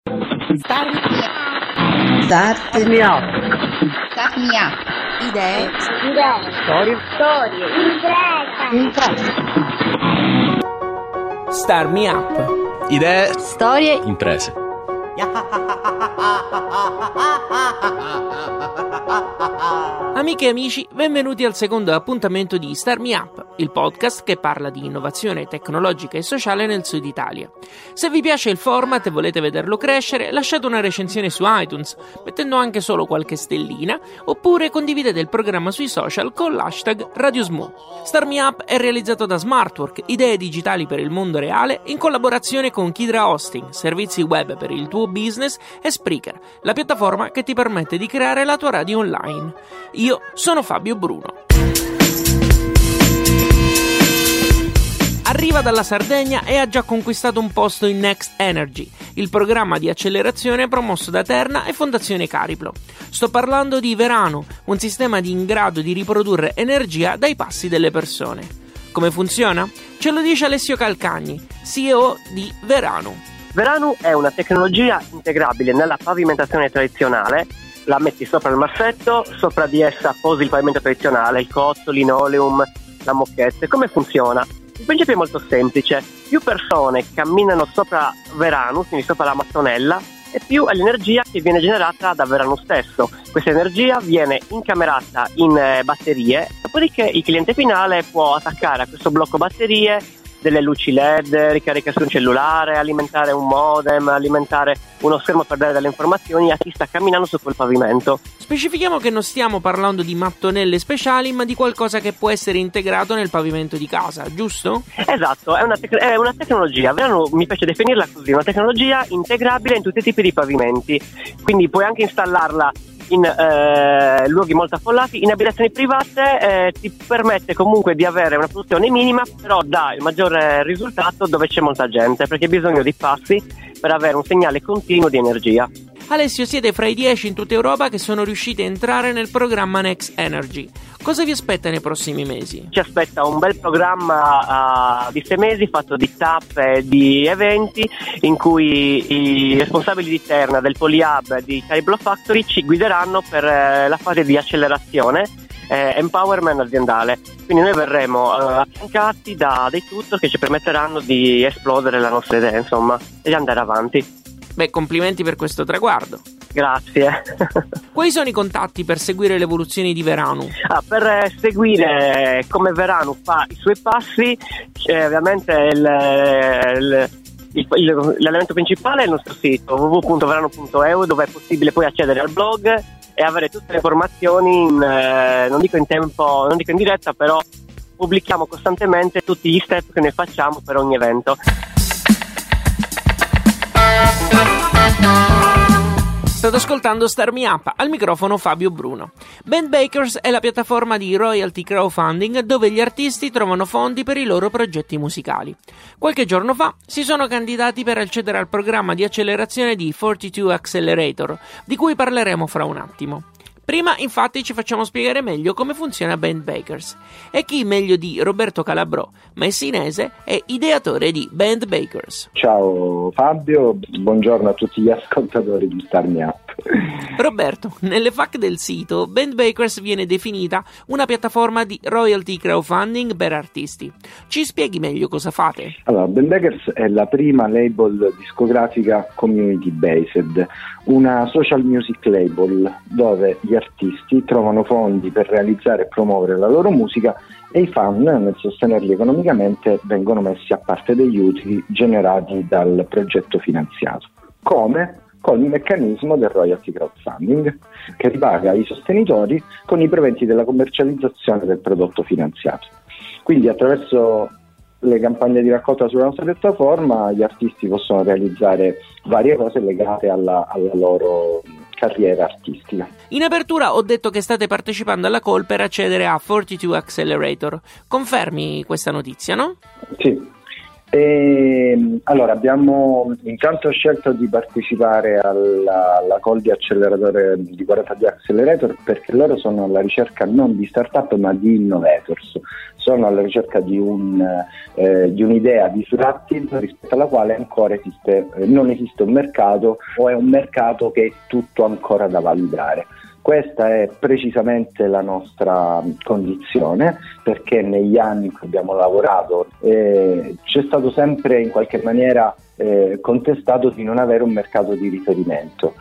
Start me up. Idee. Storie. Start me up. Idee. Storie. Imprese. Amiche e amici, benvenuti al secondo appuntamento di Start Me Up, il podcast che parla di innovazione tecnologica e sociale nel Sud Italia. Se vi piace il format e volete vederlo crescere, lasciate una recensione su iTunes, mettendo anche solo qualche stellina, oppure condividete il programma sui social con l'hashtag RadioSmu. Start Me Up è realizzato da Smartwork, idee digitali per il mondo reale, in collaborazione con Kidra Hosting, servizi web per il tuo business, e Spreaker, la piattaforma che ti permette di creare la tua radio online. Io sono Fabio Bruno. Arriva dalla Sardegna e ha già conquistato un posto in Next Energy, il programma di accelerazione promosso da Terna e Fondazione Cariplo. Sto parlando di Verano, un sistema in grado di riprodurre energia dai passi delle persone. Come funziona? Ce lo dice Alessio Calcagni, CEO di Verano. Verano è una tecnologia integrabile nella pavimentazione tradizionale. La metti sopra il massetto, sopra di essa posi il pavimento tradizionale, il cotto, linoleum, la moquette. Come funziona? Il principio è molto semplice: più persone camminano sopra Verano, quindi sopra la mattonella, e più è l'energia che viene generata da Verano stesso. Questa energia viene incamerata in batterie, dopodiché il cliente finale può attaccare a questo blocco batterie delle luci LED, ricarica su un cellulare, alimentare un modem, alimentare uno schermo per dare delle informazioni a chi sta camminando su quel pavimento. Specifichiamo che non stiamo parlando di mattonelle speciali, ma di qualcosa che può essere integrato nel pavimento di casa, giusto? Esatto, è una tecnologia, mi piace definirla così, una tecnologia integrabile in tutti i tipi di pavimenti, quindi puoi anche installarla in luoghi molto affollati, in abitazioni private, ti permette comunque di avere una produzione minima, però dà il maggiore risultato dove c'è molta gente, perché hai bisogno di passi per avere un segnale continuo di energia. Alessio, siete fra i 10 in tutta Europa che sono riusciti a entrare nel programma Next Energy. Cosa vi aspetta nei prossimi mesi? Ci aspetta un bel programma di 6 mesi fatto di tappe e di eventi, in cui i responsabili di Terna, del Polyhub e di Cariplo Factory ci guideranno per la fase di accelerazione, empowerment aziendale. Quindi noi verremo affiancati da dei tutor che ci permetteranno di esplodere la nostra idea, insomma, e di andare avanti. Beh, complimenti per questo traguardo. Grazie. Quali sono i contatti per seguire le evoluzioni di Verano? Per seguire come Verano fa i suoi passi, ovviamente l'elemento principale è il nostro sito www.verano.eu, dove è possibile poi accedere al blog e avere tutte le informazioni non dico in diretta, però pubblichiamo costantemente tutti gli step che noi facciamo per ogni evento. State ascoltando Start Me Up, al microfono Fabio Bruno. Bandbakers è la piattaforma di royalty crowdfunding dove gli artisti trovano fondi per i loro progetti musicali. Qualche giorno fa si sono candidati per accedere al programma di accelerazione di 42 Accelerator, di cui parleremo fra un attimo. Prima, infatti, ci facciamo spiegare meglio come funziona Bandbakers. E chi meglio di Roberto Calabrò, messinese e ideatore di Bandbakers. Ciao Fabio, buongiorno a tutti gli ascoltatori di Start Me Up. Roberto, nelle FAQ del sito, Bandbakers viene definita una piattaforma di royalty crowdfunding per artisti. Ci spieghi meglio cosa fate? Allora, Bandbakers è la prima label discografica community based, una social music label dove gli artisti trovano fondi per realizzare e promuovere la loro musica e i fan, nel sostenerli economicamente, vengono messi a parte degli utili generati dal progetto finanziato. Come? Con il meccanismo del royalty crowdfunding, che ripaga i sostenitori con i proventi della commercializzazione del prodotto finanziato. Quindi attraverso le campagne di raccolta sulla nostra piattaforma gli artisti possono realizzare varie cose legate alla loro carriera artistica. In apertura ho detto che state partecipando alla call per accedere a 42 Accelerator. Confermi questa notizia, no? Sì. Allora, abbiamo intanto scelto di partecipare alla call di acceleratore di 42 Accelerator perché loro sono alla ricerca non di startup ma di innovators, sono alla ricerca di un'idea disruptive rispetto alla quale ancora non esiste un mercato, o è un mercato che è tutto ancora da validare. Questa è precisamente la nostra condizione, perché negli anni in cui abbiamo lavorato c'è stato sempre in qualche maniera contestato di non avere un mercato di riferimento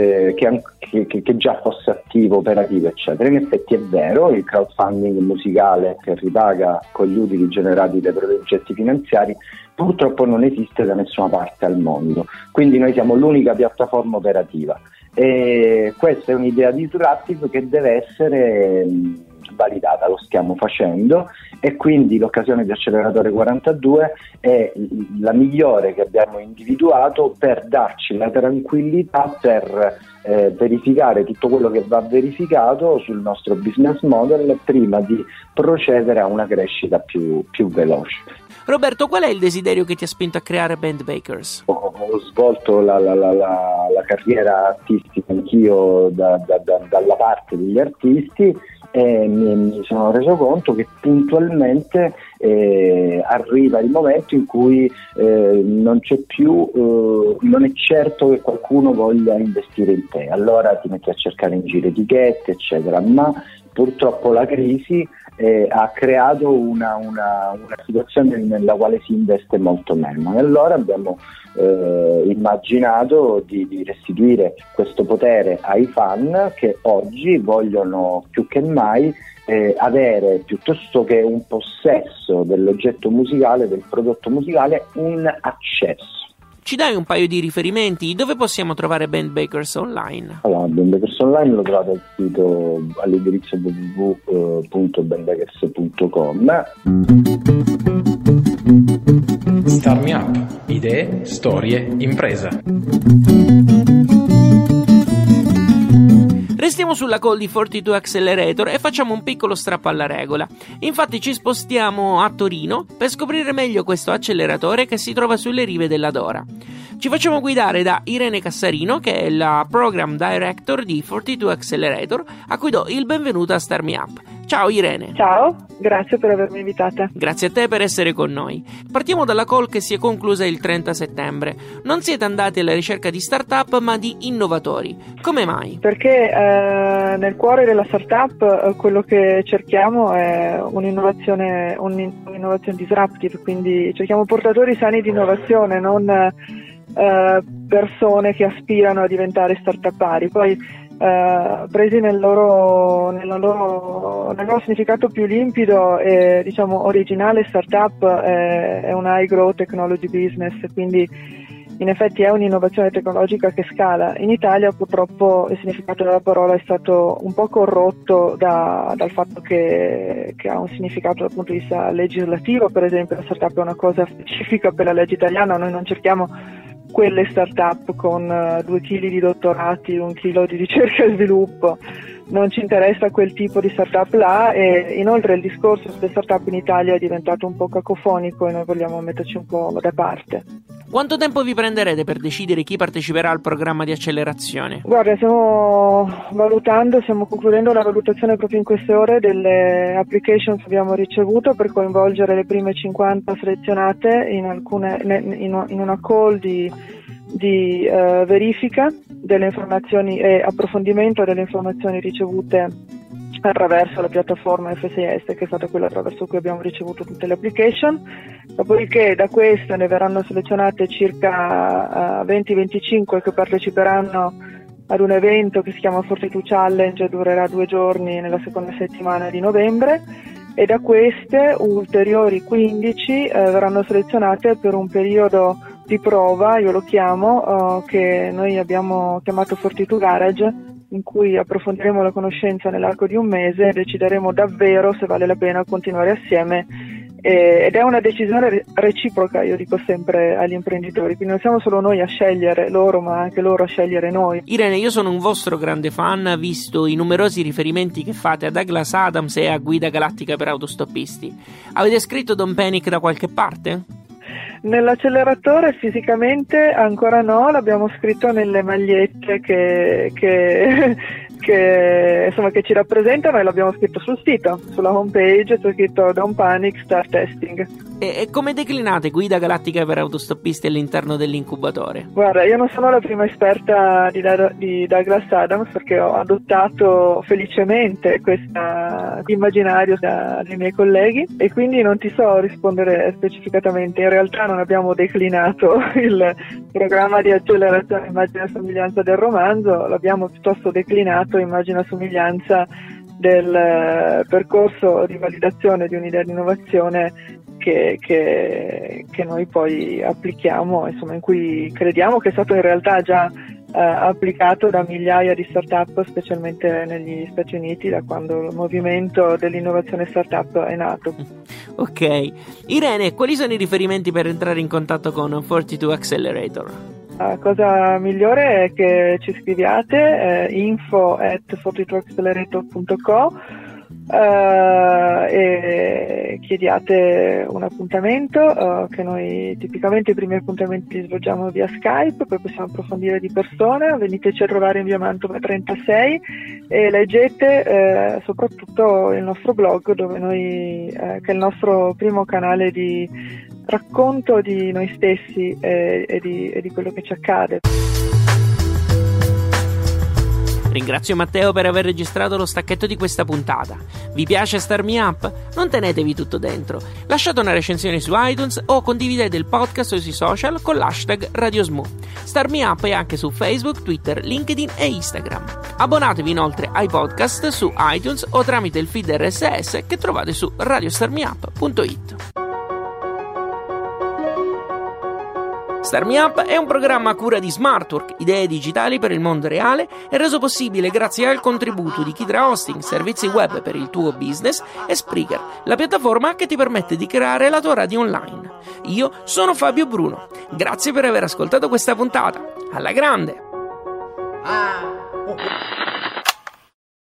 che già fosse attivo, operativo, eccetera. In effetti è vero, il crowdfunding musicale che ripaga con gli utili generati dai progetti finanziari purtroppo non esiste da nessuna parte al mondo, quindi noi siamo l'unica piattaforma operativa. E questa è un'idea disruptive che deve essere validata, lo stiamo facendo, e quindi l'occasione di Acceleratore 42 è la migliore che abbiamo individuato per darci la tranquillità per verificare tutto quello che va verificato sul nostro business model prima di procedere a una crescita più veloce. Roberto, qual è il desiderio che ti ha spinto a creare Bandbakers? Ho svolto la carriera artistica anch'io dalla parte degli artisti e mi sono reso conto che puntualmente arriva il momento in cui non c'è più, non è certo che qualcuno voglia investire in te, allora ti metti a cercare in giro etichette, eccetera, ma purtroppo la crisi ha creato una situazione nella quale si investe molto meno, e allora abbiamo immaginato di restituire questo potere ai fan che oggi vogliono più che mai avere, piuttosto che un possesso dell'oggetto musicale, del prodotto musicale, un accesso. Ci dai un paio di riferimenti? Dove possiamo trovare Bandbakers online? Allora, Bandbakers online lo trovate al sito all'indirizzo www.bandbakers.com. Start Me Up. Idee, storie, impresa. Restiamo sulla call di 42 Accelerator e facciamo un piccolo strappo alla regola. Infatti ci spostiamo a Torino per scoprire meglio questo acceleratore che si trova sulle rive della Dora. Ci facciamo guidare da Irene Cassarino, che è la Program Director di 42 Accelerator, a cui do il benvenuto a Start Me Up. Ciao Irene. Ciao, grazie per avermi invitata. Grazie a te per essere con noi. Partiamo dalla call che si è conclusa il 30 settembre. Non siete andati alla ricerca di start-up ma di innovatori. Come mai? Perché nel cuore della startup quello che cerchiamo è un'innovazione disruptive, quindi cerchiamo portatori sani di innovazione, non persone che aspirano a diventare startupari. Poi presi nel loro significato più limpido e diciamo originale, startup è un high growth technology business, quindi in effetti è un'innovazione tecnologica che scala. In Italia purtroppo il significato della parola è stato un po' corrotto dal fatto che ha un significato dal punto di vista legislativo. Per esempio, la startup è una cosa specifica per la legge italiana, noi non cerchiamo quelle start-up con 2 kg di dottorati, 1 chilo di ricerca e sviluppo, non ci interessa quel tipo di start-up là, e inoltre il discorso sulle start-up in Italia è diventato un po' cacofonico e noi vogliamo metterci un po' da parte. Quanto tempo vi prenderete per decidere chi parteciperà al programma di accelerazione? Guarda, stiamo concludendo la valutazione proprio in queste ore delle application che abbiamo ricevuto per coinvolgere le prime 50 selezionate in una call di verifica delle informazioni e approfondimento delle informazioni ricevute attraverso la piattaforma FSS, che è stata quella attraverso cui abbiamo ricevuto tutte le application. Dopodiché da queste ne verranno selezionate circa 20-25 che parteciperanno ad un evento che si chiama 42 Challenge, durerà 2 giorni nella seconda settimana di novembre, e da queste ulteriori 15 verranno selezionate per un periodo di prova, io lo chiamo, che noi abbiamo chiamato 42 Garage, in cui approfondiremo la conoscenza nell'arco di un mese e decideremo davvero se vale la pena continuare assieme, ed è una decisione reciproca, io dico sempre agli imprenditori, quindi non siamo solo noi a scegliere loro, ma anche loro a scegliere noi. Irene, io sono un vostro grande fan, visto i numerosi riferimenti che fate a Douglas Adams e a Guida Galattica per autostoppisti. Avete scritto Don't Panic da qualche parte? Nell'acceleratore fisicamente ancora no, l'abbiamo scritto nelle magliette che ci rappresentano, e l'abbiamo scritto sul sito, sulla homepage c'è scritto Don't Panic, Start Testing. E come declinate Guida Galattica per autostoppisti all'interno dell'incubatore? Guarda, io non sono la prima esperta di Douglas Adams, perché ho adottato felicemente questo immaginario dai miei colleghi, e quindi non ti so rispondere specificatamente. In realtà non abbiamo declinato il programma di accelerazione immagine e somiglianza del romanzo, l'abbiamo piuttosto declinato immagine e somiglianza del percorso di validazione di un'idea di innovazione che noi poi applichiamo, insomma, in cui crediamo che è stato in realtà già applicato da migliaia di start-up, specialmente negli Stati Uniti, da quando il movimento dell'innovazione start-up è nato. Ok. Irene, quali sono i riferimenti per entrare in contatto con 42 Accelerator? La cosa migliore è che ci scriviate info@42accelerator.co e chiediate un appuntamento, che noi tipicamente i primi appuntamenti li svolgiamo via Skype, poi possiamo approfondire di persona. Veniteci a trovare in via Mantova 36 e leggete soprattutto il nostro blog, dove noi che è il nostro primo canale di racconto di noi stessi e di quello che ci accade. Ringrazio Matteo per aver registrato lo stacchetto di questa puntata. Vi piace Start Me Up? Non tenetevi tutto dentro. Lasciate una recensione su iTunes o condividete il podcast sui social con l'hashtag RadioSmu. Start Me Up è anche su Facebook, Twitter, LinkedIn e Instagram. Abbonatevi inoltre ai podcast su iTunes o tramite il feed RSS che trovate su radiostarmeup.it. Start Me Up è un programma a cura di Smartwork, idee digitali per il mondo reale, e reso possibile grazie al contributo di Kidra Hosting, servizi web per il tuo business, e Spreaker, la piattaforma che ti permette di creare la tua radio online. Io sono Fabio Bruno. Grazie per aver ascoltato questa puntata. Alla grande!